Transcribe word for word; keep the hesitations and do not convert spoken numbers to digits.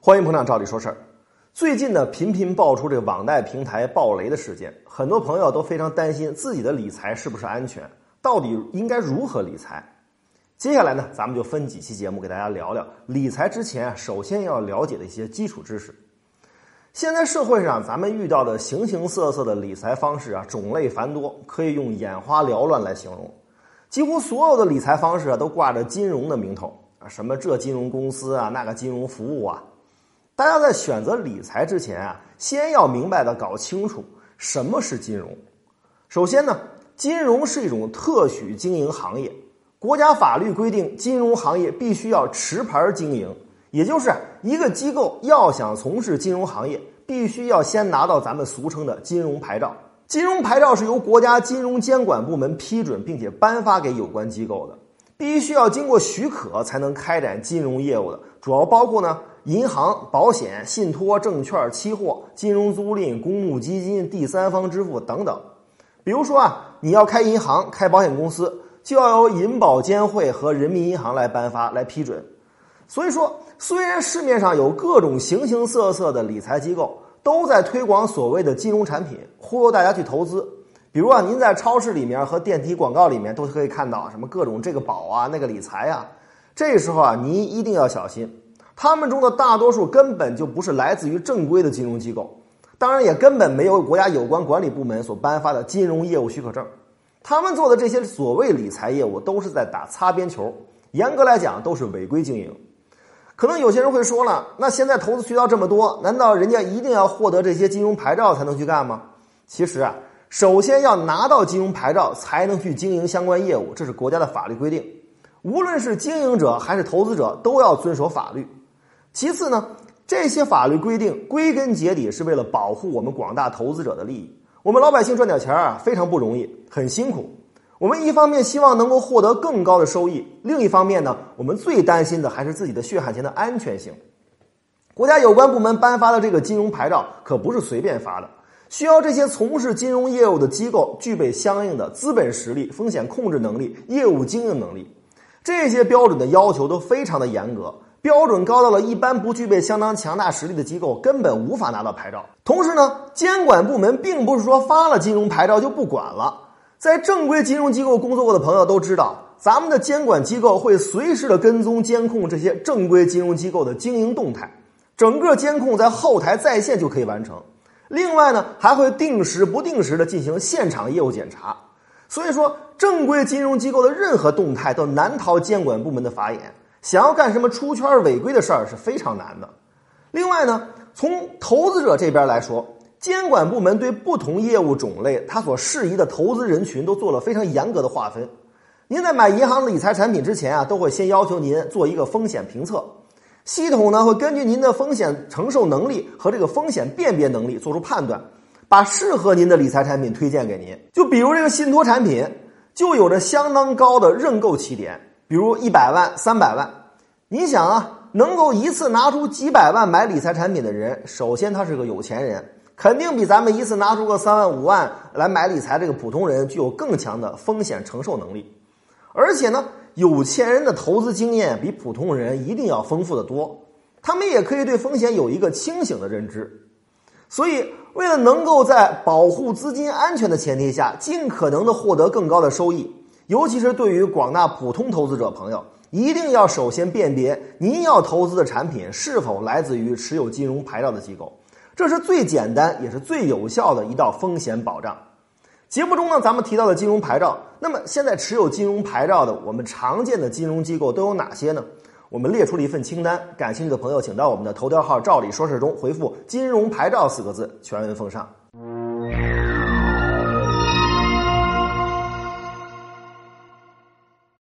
欢迎捧场，照理说事儿。最近呢，频频爆出这个网贷平台暴雷的事件，很多朋友都非常担心自己的理财是不是安全，到底应该如何理财。接下来呢，咱们就分几期节目给大家聊聊理财之前啊，首先要了解的一些基础知识。现在社会上咱们遇到的形形色色的理财方式啊，种类繁多，可以用眼花缭乱来形容。几乎所有的理财方式啊，都挂着金融的名头啊，什么这金融公司啊，那个金融服务啊。大家在选择理财之前啊，先要明白的搞清楚什么是金融。首先呢，金融是一种特许经营行业，国家法律规定金融行业必须要持牌经营，也就是一个机构要想从事金融行业，必须要先拿到咱们俗称的金融牌照。金融牌照是由国家金融监管部门批准并且颁发给有关机构的，必须要经过许可才能开展金融业务的，主要包括呢银行、保险、信托、证券、期货、金融租赁、公募基金、第三方支付等等。比如说啊，你要开银行、开保险公司，就要由银保监会和人民银行来颁发、来批准。所以说，虽然市面上有各种形形色色的理财机构都在推广所谓的金融产品，忽悠大家去投资。比如啊，您在超市里面和电梯广告里面都可以看到什么各种这个保啊、那个理财啊。这时候啊，您一定要小心。他们中的大多数根本就不是来自于正规的金融机构，当然也根本没有国家有关管理部门所颁发的金融业务许可证。他们做的这些所谓理财业务都是在打擦边球，严格来讲都是违规经营。可能有些人会说了，那现在投资渠道这么多，难道人家一定要获得这些金融牌照才能去干吗？其实啊，首先要拿到金融牌照才能去经营相关业务，这是国家的法律规定。无论是经营者还是投资者都要遵守法律。其次呢，这些法律规定归根结底是为了保护我们广大投资者的利益。我们老百姓赚点钱啊，非常不容易，很辛苦。我们一方面希望能够获得更高的收益，另一方面呢，我们最担心的还是自己的血汗钱的安全性。国家有关部门颁发的这个金融牌照可不是随便发的，需要这些从事金融业务的机构具备相应的资本实力、风险控制能力、业务经营能力。这些标准的要求都非常的严格，标准高到了一般不具备相当强大实力的机构根本无法拿到牌照。同时呢，监管部门并不是说发了金融牌照就不管了。在正规金融机构工作过的朋友都知道，咱们的监管机构会随时的跟踪监控这些正规金融机构的经营动态，整个监控在后台在线就可以完成。另外呢，还会定时不定时的进行现场业务检查。所以说，正规金融机构的任何动态都难逃监管部门的法眼，想要干什么出圈违规的事儿是非常难的。另外呢，从投资者这边来说，监管部门对不同业务种类它所适宜的投资人群都做了非常严格的划分。您在买银行理财产品之前啊，都会先要求您做一个风险评测，系统呢会根据您的风险承受能力和这个风险辨别能力做出判断，把适合您的理财产品推荐给您。就比如这个信托产品就有着相当高的认购起点，比如一百万、三百万。你想啊，能够一次拿出几百万买理财产品的人，首先他是个有钱人，肯定比咱们一次拿出个三万五万来买理财这个普通人具有更强的风险承受能力。而且呢，有钱人的投资经验比普通人一定要丰富得多，他们也可以对风险有一个清醒的认知。所以为了能够在保护资金安全的前提下，尽可能的获得更高的收益，尤其是对于广大普通投资者朋友，一定要首先辨别您要投资的产品是否来自于持有金融牌照的机构，这是最简单也是最有效的一道风险保障。节目中呢，咱们提到的金融牌照，那么现在持有金融牌照的我们常见的金融机构都有哪些呢？我们列出了一份清单，感兴趣的朋友请到我们的头条号照理说事中回复金融牌照四个字，全文奉上。